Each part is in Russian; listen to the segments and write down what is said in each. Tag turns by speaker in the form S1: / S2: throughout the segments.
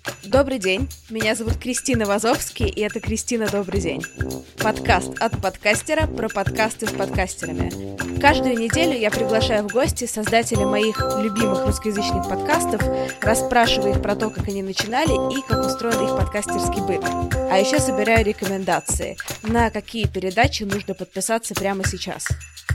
S1: Добрый день, меня зовут Кристина Вазовский, и это «Кристина, добрый день». Подкаст от подкастера про подкасты с подкастерами. Каждую неделю я приглашаю в гости создателей моих любимых русскоязычных подкастов, расспрашиваю их про то, как они начинали и как устроен их подкастерский быт. А еще собираю рекомендации, на какие передачи нужно подписаться прямо сейчас.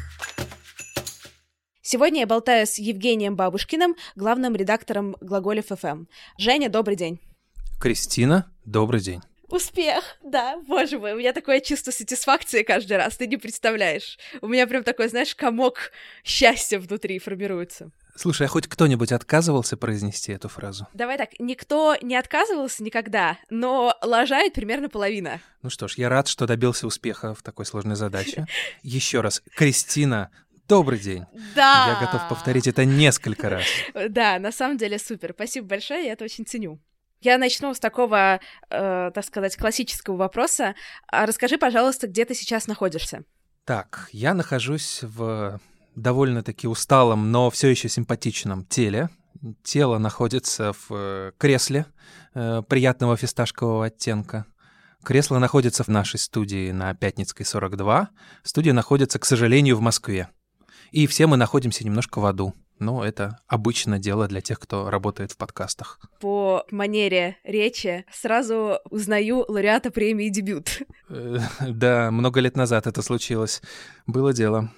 S1: Сегодня я болтаю с Евгением Бабушкиным, главным редактором Глаголев ФМ. Женя, добрый день.
S2: Кристина, добрый день.
S1: Успех, да, боже мой, у меня такое чувство сатисфакции каждый раз, ты не представляешь. У меня прям такой, знаешь, комок счастья внутри формируется.
S2: Слушай, а хоть кто-нибудь отказывался произнести эту фразу?
S1: Давай так, никто не отказывался никогда, но лажает примерно половина.
S2: Ну что ж, я рад, что добился успеха в такой сложной задаче. Еще раз, Кристина, добрый день.
S1: Да.
S2: Я готов повторить это несколько раз.
S1: Да, на самом деле супер. Спасибо большое, я это очень ценю. Я начну с такого, так сказать, классического вопроса. Расскажи, пожалуйста, где ты сейчас находишься?
S2: Так, я нахожусь в довольно-таки усталом, но все еще симпатичном теле. Тело находится в кресле приятного фисташкового оттенка. Кресло находится в нашей студии на Пятницкой, 42. Студия находится, к сожалению, в Москве. И все мы находимся немножко в аду. Но это обычное дело для тех, кто работает в подкастах.
S1: По манере речи сразу узнаю лауреата премии «Дебют».
S2: Да, много лет назад это случилось. Было дело.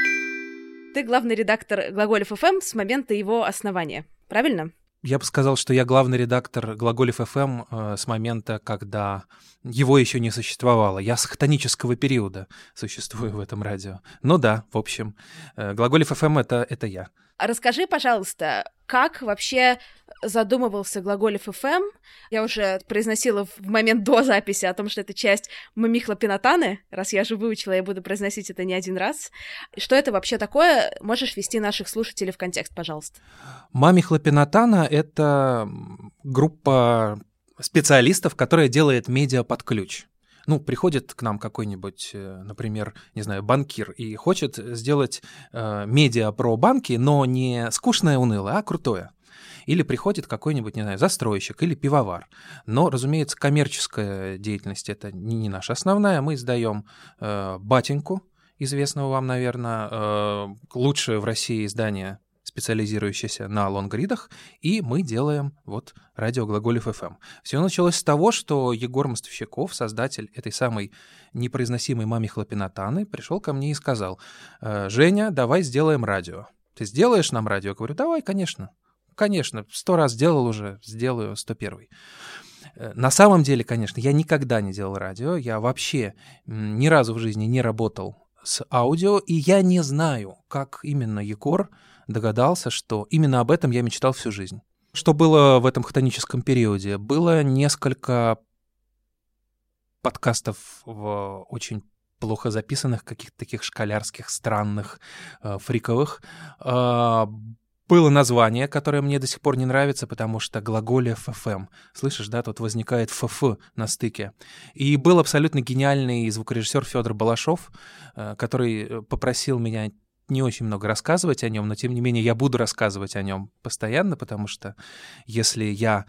S1: Ты главный редактор Глаголев ФМ с момента его основания, правильно?
S2: Я бы сказал, что я главный редактор Глаголев ФМ с момента, когда его еще не существовало. Я с хтонического периода существую в этом радио. Ну да, в общем, Глаголев ФМ — это я.
S1: А расскажи, пожалуйста, как вообще задумывался Глаголев ФМ? Я уже произносила в момент до записи о том, что это часть Мамихла Пинатаны. Раз я же выучила, я буду произносить это не один раз. Что это вообще такое? Можешь ввести наших слушателей в контекст, пожалуйста.
S2: Мамихла Пинатана — это группа специалистов, которая делает медиа под ключ. Ну, приходит к нам какой-нибудь, например, не знаю, банкир и хочет сделать медиа про банки, но не скучное, унылое, а крутое. Или приходит какой-нибудь, не знаю, застройщик или пивовар. Но, разумеется, коммерческая деятельность — это не наша основная. Мы издаем «Батеньку», известного вам, наверное, лучшее в России издание, специализирующийся на лонгридах, и мы делаем вот радио Глаголев ФМ. Все началось с того, что Егор Мостовщиков, создатель этой самой непроизносимой Мамихлы Пинатаны, пришел ко мне и сказал: «Женя, давай сделаем радио. Ты сделаешь нам радио?» Я говорю: «Давай, конечно. Конечно, 100 раз делал уже, сделаю 101-й». На самом деле, конечно, я никогда не делал радио, я вообще ни разу в жизни не работал с аудио, и я не знаю, как именно Егор догадался, что именно об этом я мечтал всю жизнь. Что было в этом хтоническом периоде? Было несколько подкастов в очень плохо записанных, каких-то таких школярских, странных, фриковых. Было название, которое мне до сих пор не нравится, потому что Глаголев ФМ. Слышишь, да, тут возникает ФФ на стыке. И был абсолютно гениальный звукорежиссер Федор Балашов, который попросил меня не очень много рассказывать о нем, но тем не менее я буду рассказывать о нем постоянно, потому что если я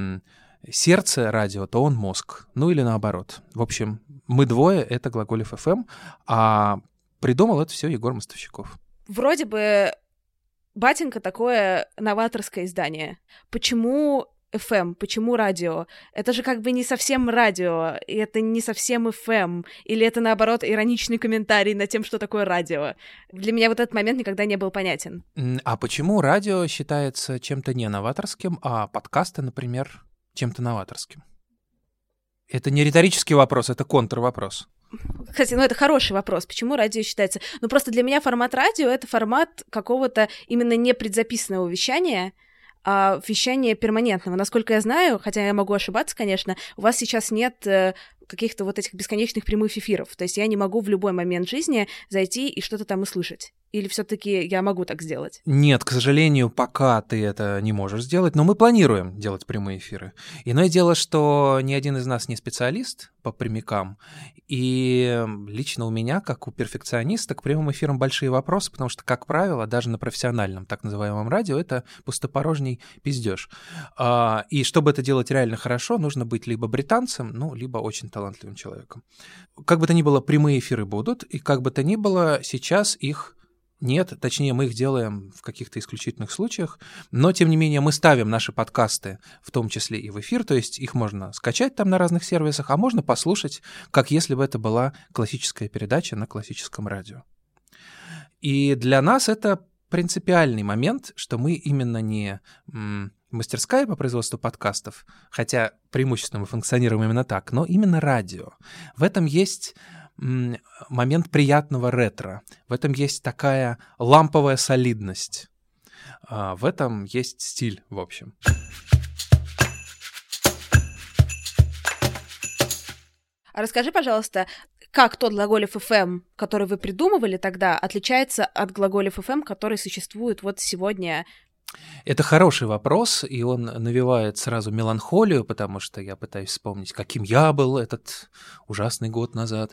S2: сердце радио, то он мозг. Ну или наоборот. В общем, мы двое — это Глаголев ФМ, а придумал это все Егор Мостовщиков.
S1: Вроде бы «Батенька» — такое новаторское издание. Почему FM, почему радио? Это же как бы не совсем радио, и это не совсем FM, или это, наоборот, ироничный комментарий над тем, что такое радио. Для меня вот этот момент никогда не был понятен.
S2: А почему радио считается чем-то не новаторским, а подкасты, например, чем-то новаторским? Это не риторический вопрос, это контрвопрос.
S1: Кстати, это хороший вопрос. Почему радио считается? Просто для меня формат радио — это формат какого-то именно не предзаписанного вещания, а вещание перманентного. Насколько я знаю, хотя я могу ошибаться, конечно, у вас сейчас нет каких-то вот этих бесконечных прямых эфиров. То есть я не могу в любой момент жизни зайти и что-то там услышать. Или все-таки я могу так сделать?
S2: Нет, к сожалению, пока ты это не можешь сделать, но мы планируем делать прямые эфиры. Иное дело, что ни один из нас не специалист по прямикам, и лично у меня, как у перфекциониста, к прямым эфирам большие вопросы, потому что, как правило, даже на профессиональном, так называемом радио, это пустопорожний пиздеж. И чтобы это делать реально хорошо, нужно быть либо британцем, ну, либо очень талантливым человеком. Как бы то ни было, прямые эфиры будут, и как бы то ни было, сейчас их нет, точнее, мы их делаем в каких-то исключительных случаях, но, тем не менее, мы ставим наши подкасты, в том числе и в эфир, то есть их можно скачать там на разных сервисах, а можно послушать, как если бы это была классическая передача на классическом радио. И для нас это принципиальный момент, что мы именно не мастерская по производству подкастов, хотя преимущественно мы функционируем именно так, но именно радио. В этом есть момент приятного ретро. В этом есть такая ламповая солидность. В этом есть стиль, в общем.
S1: А расскажи, пожалуйста, как тот Глаголев FM, который вы придумывали тогда, отличается от Глаголев FM, который существует вот сегодня?
S2: Это хороший вопрос, и он навевает сразу меланхолию, потому что я пытаюсь вспомнить, каким я был этот ужасный год назад.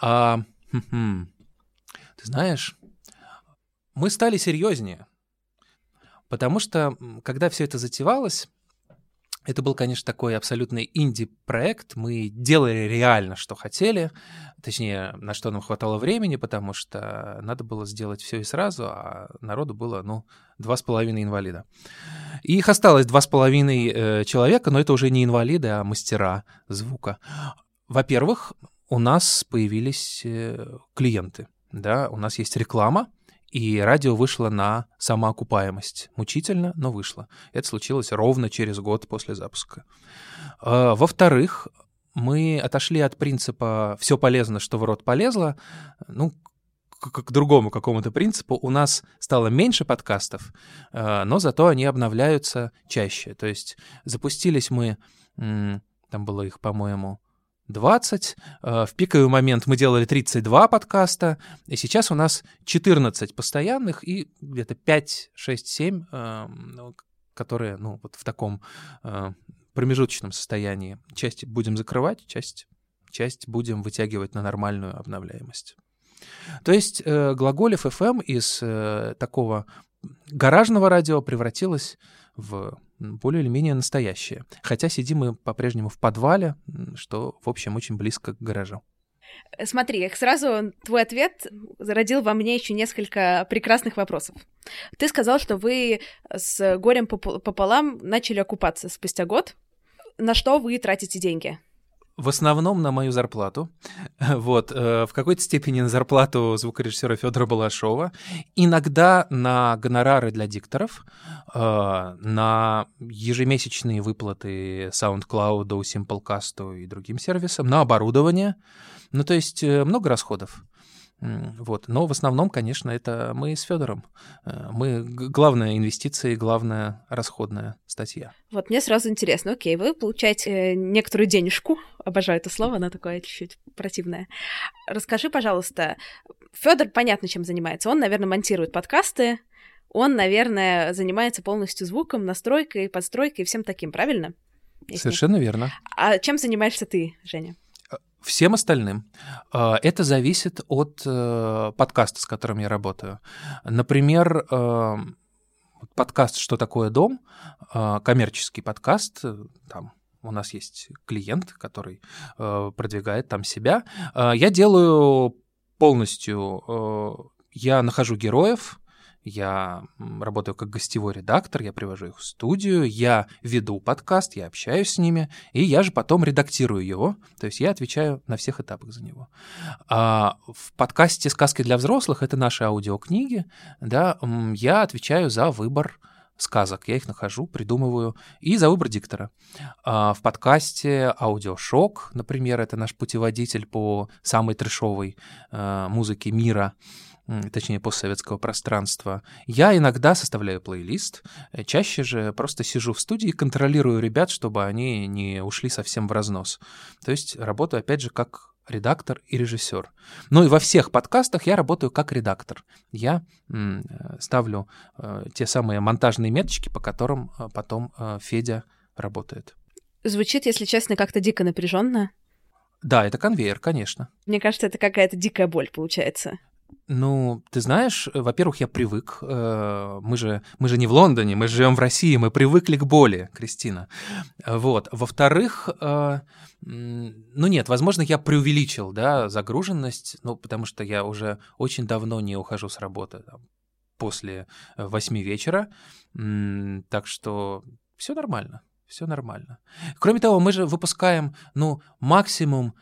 S2: Ты знаешь, мы стали серьезнее, потому что, когда все это затевалось, это был, конечно, такой абсолютный инди-проект. Мы делали реально, что хотели, точнее, на что нам хватало времени, потому что надо было сделать все и сразу, а народу было, 2,5 инвалида. И их осталось 2,5 человека, но это уже не инвалиды, а мастера звука. Во-первых, у нас появились клиенты, да, у нас есть реклама, и радио вышло на самоокупаемость. Мучительно, но вышло. Это случилось ровно через год после запуска. Во-вторых, мы отошли от принципа «все полезно, что в рот полезло», к другому какому-то принципу. У нас стало меньше подкастов, но зато они обновляются чаще. То есть запустились мы, там было их, по-моему, 20. В пиковый момент мы делали 32 подкаста, и сейчас у нас 14 постоянных и где-то 5, 6, 7, которые, вот в таком промежуточном состоянии. Часть будем закрывать, часть будем вытягивать на нормальную обновляемость. То есть Глаголев FM из такого гаражного радио превратилось в более или менее настоящее. Хотя сидим мы по-прежнему в подвале, что, в общем, очень близко к гаражу.
S1: Смотри, сразу твой ответ зародил во мне еще несколько прекрасных вопросов. Ты сказал, что вы с горем пополам начали окупаться спустя год. На что вы тратите деньги?
S2: В основном на мою зарплату, в какой-то степени на зарплату звукорежиссера Федора Балашова, иногда на гонорары для дикторов, на ежемесячные выплаты SoundCloud, Simplecast и другим сервисам, на оборудование, то есть много расходов. Но в основном, конечно, это мы с Федором. Главная инвестиция и главная расходная статья.
S1: Мне сразу интересно, окей, вы получаете некоторую денежку, обожаю это слово, оно такое чуть-чуть противное. Расскажи, пожалуйста, Федор понятно, чем занимается. Он, наверное, монтирует подкасты, он, наверное, занимается полностью звуком, настройкой, подстройкой и всем таким, правильно?
S2: Совершенно верно.
S1: А чем занимаешься ты, Женя?
S2: Всем остальным. Это зависит от подкаста, с которым я работаю. Например, подкаст «Что такое дом?», коммерческий подкаст, там у нас есть клиент, который продвигает там себя. Я делаю полностью, я нахожу героев, я работаю как гостевой редактор, я привожу их в студию, я веду подкаст, я общаюсь с ними, и я же потом редактирую его, то есть я отвечаю на всех этапах за него. В подкасте «Сказки для взрослых» — это наши аудиокниги, да, я отвечаю за выбор сказок, я их нахожу, придумываю, и за выбор диктора. В подкасте «Аудиошок», например, это наш путеводитель по самой трэшовой музыке мира, точнее, постсоветского пространства. Я иногда составляю плейлист, чаще же просто сижу в студии и контролирую ребят, чтобы они не ушли совсем в разнос. То есть работаю, опять же, как редактор и режиссер. Ну и во всех подкастах я работаю как редактор. Я ставлю те самые монтажные меточки, по которым потом Федя работает.
S1: Звучит, если честно, как-то дико напряженно.
S2: Да, это конвейер, конечно.
S1: Мне кажется, это какая-то дикая боль получается.
S2: Ну, ты знаешь, во-первых, я привык. Мы же не в Лондоне, мы живем в России, мы привыкли к боли, Кристина. Вот. Во-вторых, ну нет, возможно, я преувеличил, да, загруженность, ну, потому что я уже очень давно не ухожу с работы там, после 8 вечера, так что все нормально. Все нормально. Кроме того, мы же выпускаем, ну, максимум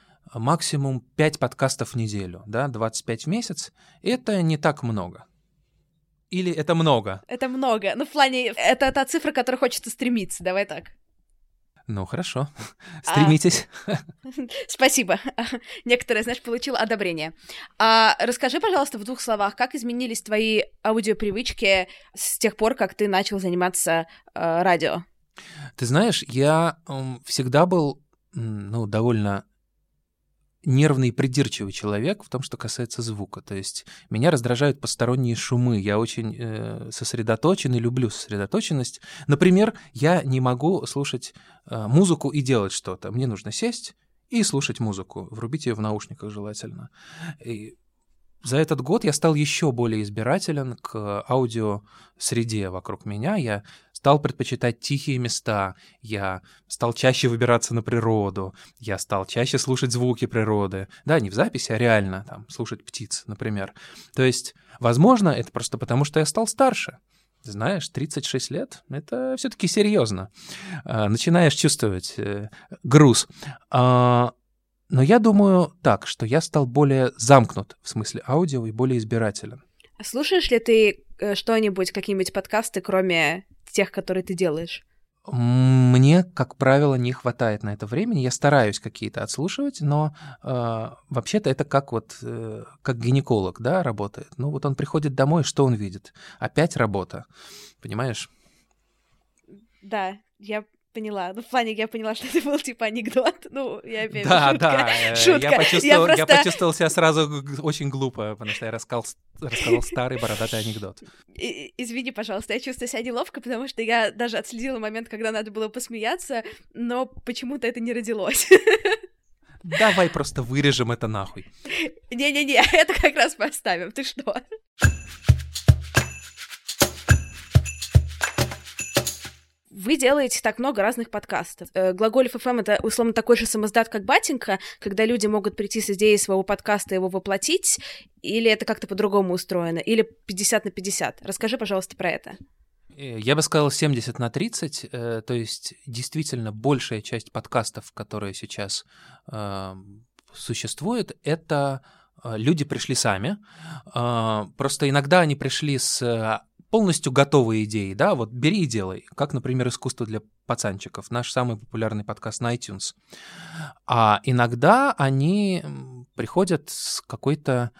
S2: 5 подкастов в неделю, да, 25 в месяц. Это не так много. Или это много?
S1: Это много. Ну, в плане, это та цифра, к которой хочется стремиться, давай так.
S2: Ну, хорошо. Стремитесь.
S1: Спасибо. Некоторые, знаешь, получила одобрение. Расскажи, пожалуйста, в 2 словах, как изменились твои аудиопривычки с тех пор, как ты начал заниматься радио?
S2: Ты знаешь, я всегда был, ну, довольно нервный и придирчивый человек в том, что касается звука. То есть меня раздражают посторонние шумы. Я очень сосредоточен и люблю сосредоточенность. Например, я не могу слушать музыку и делать что-то. Мне нужно сесть и слушать музыку. Врубить ее в наушниках желательно. И за этот год я стал еще более избирателен к аудиосреде вокруг меня. Я стал предпочитать тихие места, я стал чаще выбираться на природу, я стал чаще слушать звуки природы. Да, не в записи, а реально, там, слушать птиц, например. То есть, возможно, это просто потому, что я стал старше. Знаешь, 36 лет — это все-таки серьезно. Начинаешь чувствовать груз. Но я думаю так, что я стал более замкнут в смысле аудио и более избирателен.
S1: Слушаешь ли ты что-нибудь, какие-нибудь подкасты, кроме тех, которые ты делаешь?
S2: Мне, как правило, не хватает на это времени. Я стараюсь какие-то отслушивать, но вообще-то это как вот как гинеколог, да, работает. Ну вот он приходит домой, что он видит? Опять работа, понимаешь?
S1: Да, я поняла. Ну, в плане, я поняла, что это был типа анекдот. Ну, я имею в виду
S2: Да,
S1: шутка.
S2: да.
S1: Шутка.
S2: Я почувствовал себя сразу очень глупо, потому что я рассказал старый бородатый анекдот.
S1: Извини, пожалуйста, я чувствую себя неловко, потому что я даже отследила момент, когда надо было посмеяться, но почему-то это не родилось.
S2: Давай просто вырежем это нахуй.
S1: Не-не-не, это как раз поставим. Ты что? Вы делаете так много разных подкастов. Глаголев FM — это, условно, такой же самоздат, как Батенька, когда люди могут прийти с идеей своего подкаста и его воплотить, или это как-то по-другому устроено, или 50/50? Расскажи, пожалуйста, про это.
S2: Я бы сказал 70/30, то есть действительно большая часть подкастов, которые сейчас существуют, это люди пришли сами, просто иногда они пришли с полностью готовые идеи, да, вот бери и делай, как, например, «Искусство для пацанчиков», наш самый популярный подкаст на iTunes. А иногда они приходят с какой-то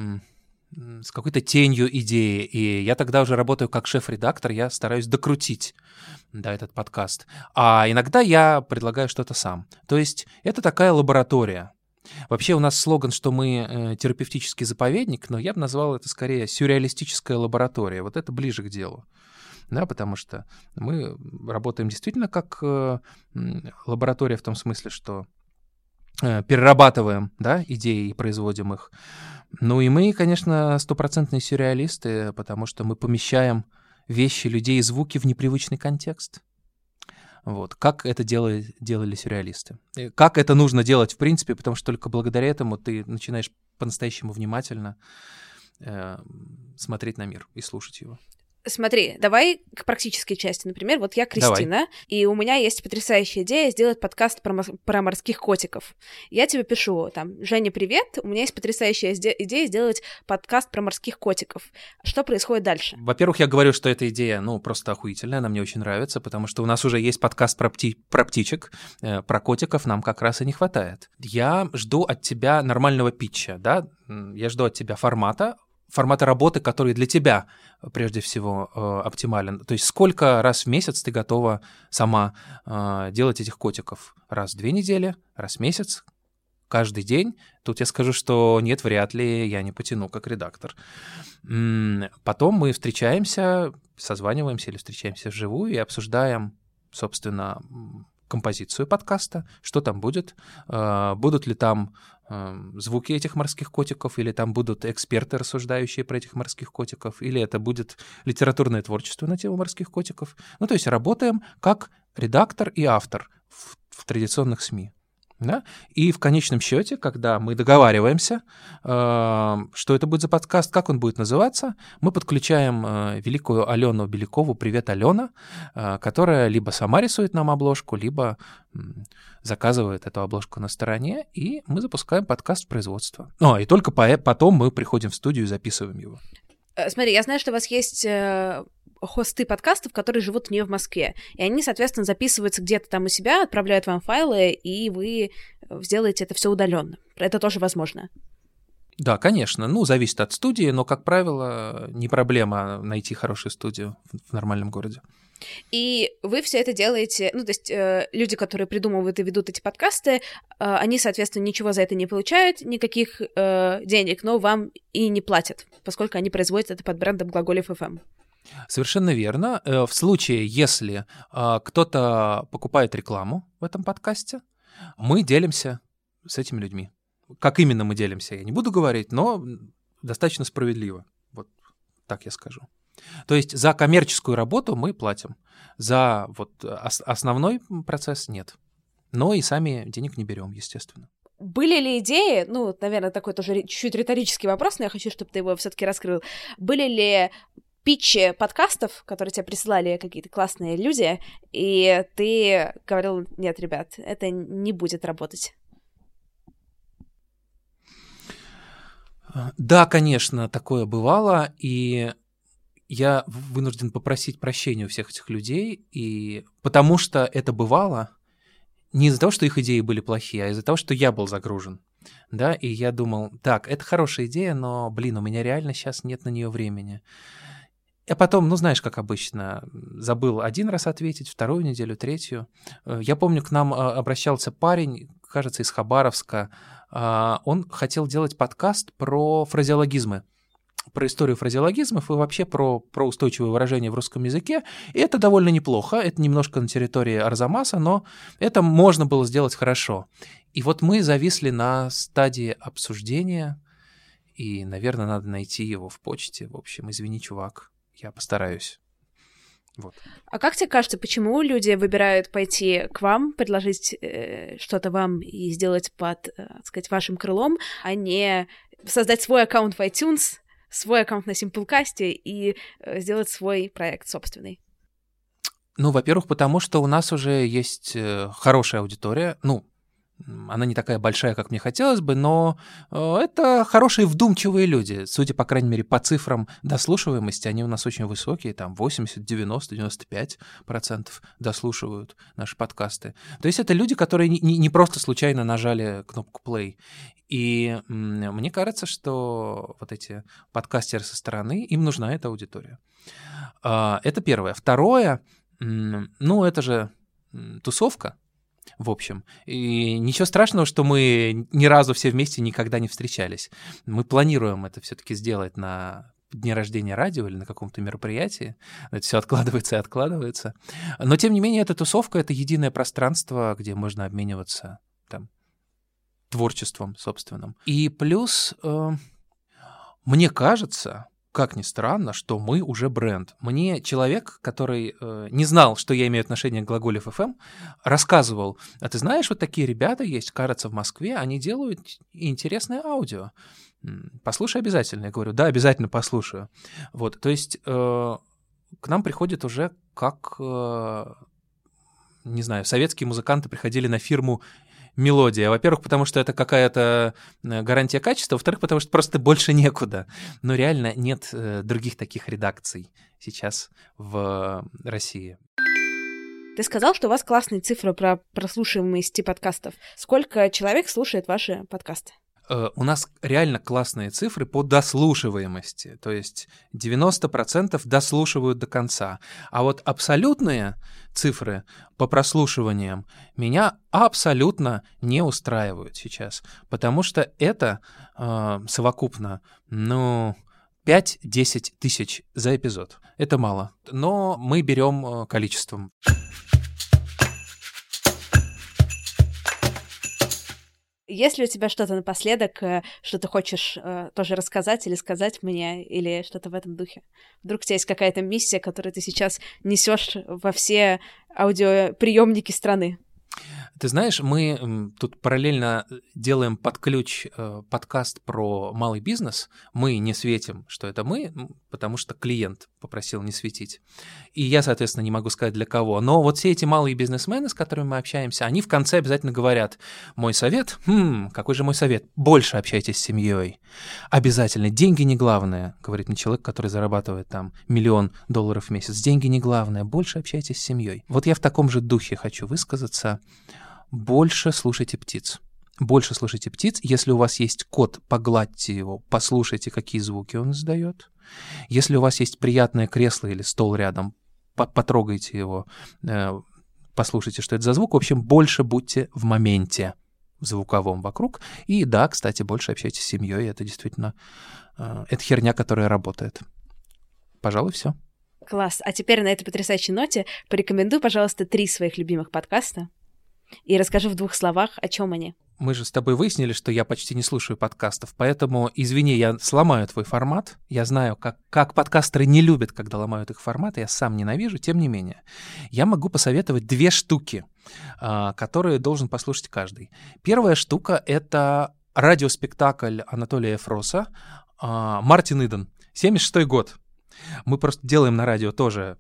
S2: тенью идеи, и я тогда уже работаю как шеф-редактор, я стараюсь докрутить, да, этот подкаст. А иногда я предлагаю что-то сам. То есть это такая лаборатория. Вообще у нас слоган, что мы терапевтический заповедник, но я бы назвал это скорее сюрреалистическая лаборатория. Вот это ближе к делу. Да, потому что мы работаем действительно как лаборатория в том смысле, что перерабатываем, да, идеи и производим их. Ну и мы, конечно, стопроцентные сюрреалисты, потому что мы помещаем вещи, людей и звуки в непривычный контекст. Вот. Как это делали сюрреалисты. Как это нужно делать, в принципе, потому что только благодаря этому ты начинаешь по-настоящему внимательно смотреть на мир и слушать его.
S1: Смотри, давай к практической части. Например, вот я Кристина,
S2: Давай.
S1: И у меня есть потрясающая идея сделать подкаст про морских котиков. Я тебе пишу, там, Женя, привет, у меня есть потрясающая идея сделать подкаст про морских котиков. Что происходит дальше?
S2: Во-первых, я говорю, что эта идея, ну, просто охуительная, она мне очень нравится, потому что у нас уже есть подкаст про птичек, про котиков нам как раз и не хватает. Я жду от тебя нормального питча, да, я жду от тебя формата работы, который для тебя прежде всего оптимален. То есть сколько раз в месяц ты готова сама делать этих котиков? Раз в 2 недели, раз в месяц? каждый день, тут я скажу, что нет, вряд ли я не потяну как редактор. Потом мы встречаемся, созваниваемся или встречаемся вживую и обсуждаем, собственно, композицию подкаста, что там будет, будут ли там звуки этих морских котиков, или там будут эксперты, рассуждающие про этих морских котиков, или это будет литературное творчество на тему морских котиков. Ну, то есть работаем как редактор и автор в традиционных СМИ. Да? И в конечном счете, когда мы договариваемся, что это будет за подкаст, как он будет называться, мы подключаем великую Алену Белякову, привет, Алена, которая либо сама рисует нам обложку, либо заказывает эту обложку на стороне, и мы запускаем подкаст в производство. И только потом мы приходим в студию и записываем его.
S1: Смотри, я знаю, что у вас есть хосты подкастов, которые живут не в Москве, и они, соответственно, записываются где-то там у себя, отправляют вам файлы, и вы сделаете это все удаленно. Это тоже возможно.
S2: Да, конечно. Зависит от студии, но, как правило, не проблема найти хорошую студию в нормальном городе.
S1: И вы все это делаете, то есть люди, которые придумывают и ведут эти подкасты, они, соответственно, ничего за это не получают, никаких денег, но вам и не платят, поскольку они производят это под брендом Глаголев FM.
S2: Совершенно верно. В случае, если кто-то покупает рекламу в этом подкасте, мы делимся с этими людьми. Как именно мы делимся, я не буду говорить, но достаточно справедливо. Вот так я скажу. То есть за коммерческую работу мы платим, за основной процесс нет. Но и сами денег не берем, естественно.
S1: Были ли идеи, наверное, такой тоже чуть-чуть риторический вопрос, но я хочу, чтобы ты его все-таки раскрыл. Были ли питчи подкастов, которые тебе присылали какие-то классные люди, и ты говорил: нет, ребят, это не будет работать?
S2: Да, конечно, такое бывало, и я вынужден попросить прощения у всех этих людей, и потому что это бывало не из-за того, что их идеи были плохие, а из-за того, что я был загружен. Да, и я думал, так, это хорошая идея, но, у меня реально сейчас нет на нее времени. А потом, знаешь, как обычно, забыл один раз ответить, вторую неделю, третью. Я помню, к нам обращался парень, кажется, из Хабаровска. Он хотел делать подкаст про фразеологизмы, про историю фразеологизмов и вообще про устойчивое выражение в русском языке. И это довольно неплохо, это немножко на территории Арзамаса, но это можно было сделать хорошо. И вот мы зависли на стадии обсуждения, и, наверное, надо найти его в почте. В общем, извини, чувак. Я постараюсь. Вот.
S1: А как тебе кажется, почему люди выбирают пойти к вам, предложить что-то вам и сделать под, так сказать, вашим крылом, а не создать свой аккаунт в iTunes, свой аккаунт на Simplecast и сделать свой проект собственный?
S2: Во-первых, потому что у нас уже есть хорошая аудитория. Она не такая большая, как мне хотелось бы, но это хорошие вдумчивые люди. Судя, по крайней мере, по цифрам дослушиваемости, они у нас очень высокие, там 80, 90, 95% дослушивают наши подкасты. То есть это люди, которые не просто случайно нажали кнопку play. И мне кажется, что вот эти подкастеры со стороны, им нужна эта аудитория. Это первое. Второе, это же тусовка. В общем, и ничего страшного, что мы ни разу все вместе никогда не встречались. Мы планируем это все-таки сделать на дне рождения радио или на каком-то мероприятии. Это все откладывается и откладывается. Но, тем не менее, эта тусовка — это единое пространство, где можно обмениваться там творчеством собственным. И плюс, мне кажется, как ни странно, что мы уже бренд. Мне человек, который не знал, что я имею отношение к Глаголев FM, рассказывал: а ты знаешь, вот такие ребята есть, кажется, в Москве, они делают интересное аудио. Послушай обязательно. Я говорю: да, обязательно послушаю. Вот, то есть к нам приходят уже как, не знаю, советские музыканты приходили на фирму «Мелодия». Во-первых, потому что это какая-то гарантия качества, во-вторых, потому что просто больше некуда. Но реально нет других таких редакций сейчас в России.
S1: Ты сказал, что у вас классные цифры про прослушиваемости подкастов. Сколько человек слушает ваши подкасты?
S2: У нас реально классные цифры по дослушиваемости, то есть 90% дослушивают до конца. А вот абсолютные цифры по прослушиваниям меня абсолютно не устраивают сейчас, потому что это совокупно, 5-10 тысяч за эпизод. Это мало, но мы берем количеством.
S1: Есть ли у тебя что-то напоследок, что ты хочешь тоже рассказать или сказать мне, или что-то в этом духе? Вдруг у тебя есть какая-то миссия, которую ты сейчас несешь во все аудиоприемники страны?
S2: Ты знаешь, мы тут параллельно делаем под ключ подкаст про малый бизнес. Мы не светим, что это мы, потому что клиент попросил не светить. И я, соответственно, не могу сказать для кого. Но вот все эти малые бизнесмены, с которыми мы общаемся, они в конце обязательно говорят: мой совет? Какой же мой совет? Больше общайтесь с семьей. Обязательно. Деньги не главное, говорит мне человек, который зарабатывает там $1 миллион в месяц. Деньги не главное. Больше общайтесь с семьей. Вот я в таком же духе хочу высказаться. Больше слушайте птиц. Больше слушайте птиц. Если у вас есть кот, погладьте его, послушайте, какие звуки он издает. Если у вас есть приятное кресло или стол рядом, потрогайте его, послушайте, что это за звук. В общем, больше будьте в моменте звуковом вокруг. И да, кстати, больше общайтесь с семьей. Это действительно это херня, которая работает. Пожалуй, все.
S1: Класс. А теперь на этой потрясающей ноте порекомендуй, пожалуйста, 3 своих любимых подкаста и расскажи в 2 словах, о чем они.
S2: Мы же с тобой выяснили, что я почти не слушаю подкастов, поэтому, извини, я сломаю твой формат. Я знаю, как подкастеры не любят, когда ломают их формат, я сам ненавижу, тем не менее. Я могу посоветовать 2 штуки, которые должен послушать каждый. Первая штука — это радиоспектакль Анатолия Фроса «Мартин Иден», 76-й год. Мы просто делаем на радио тоже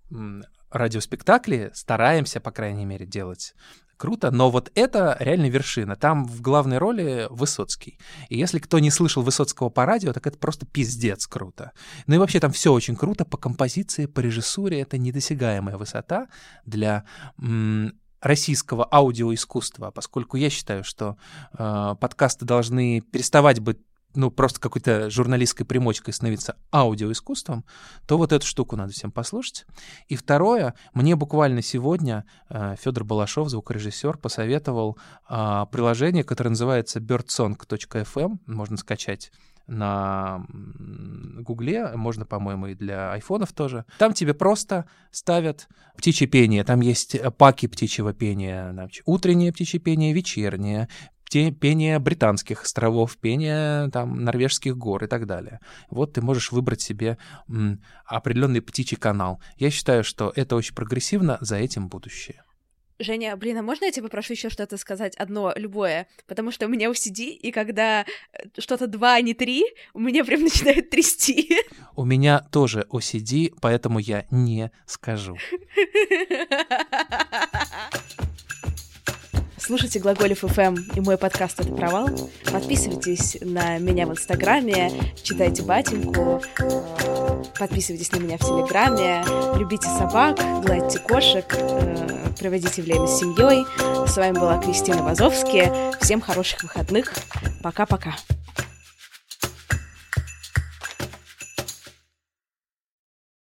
S2: радиоспектакли, стараемся, по крайней мере, делать круто, но вот это реально вершина. Там в главной роли Высоцкий. И если кто не слышал Высоцкого по радио, так это просто пиздец круто. Ну и вообще там все очень круто по композиции, по режиссуре. Это недосягаемая высота для российского аудиоискусства, поскольку я считаю, что подкасты должны переставать быть просто какой-то журналистской примочкой становиться аудиоискусством, то вот эту штуку надо всем послушать. И второе, мне буквально сегодня Федор Балашов, звукорежиссер, посоветовал приложение, которое называется birdsong.fm, можно скачать на Гугле, можно, по-моему, и для айфонов тоже. Там тебе просто ставят птичье пение, там есть паки птичьего пения, утреннее птичье пение, вечернее, пение британских островов, пение там норвежских гор и так далее. Вот ты можешь выбрать себе определенный птичий канал. Я считаю, что это очень прогрессивно, за этим будущее.
S1: Женя, а можно я тебя попрошу еще что-то сказать? Одно, любое. Потому что у меня OCD, и когда что-то 2, а не 3, у меня прям начинает трясти.
S2: У меня тоже OCD, поэтому я не скажу.
S1: Слушайте Глаголев FM и мой подкаст «Это провал». Подписывайтесь на меня в Инстаграме, читайте батеньку, подписывайтесь на меня в Телеграме, любите собак, гладьте кошек, проводите время с семьей. С вами была Кристина Вазовски. Всем хороших выходных. Пока-пока.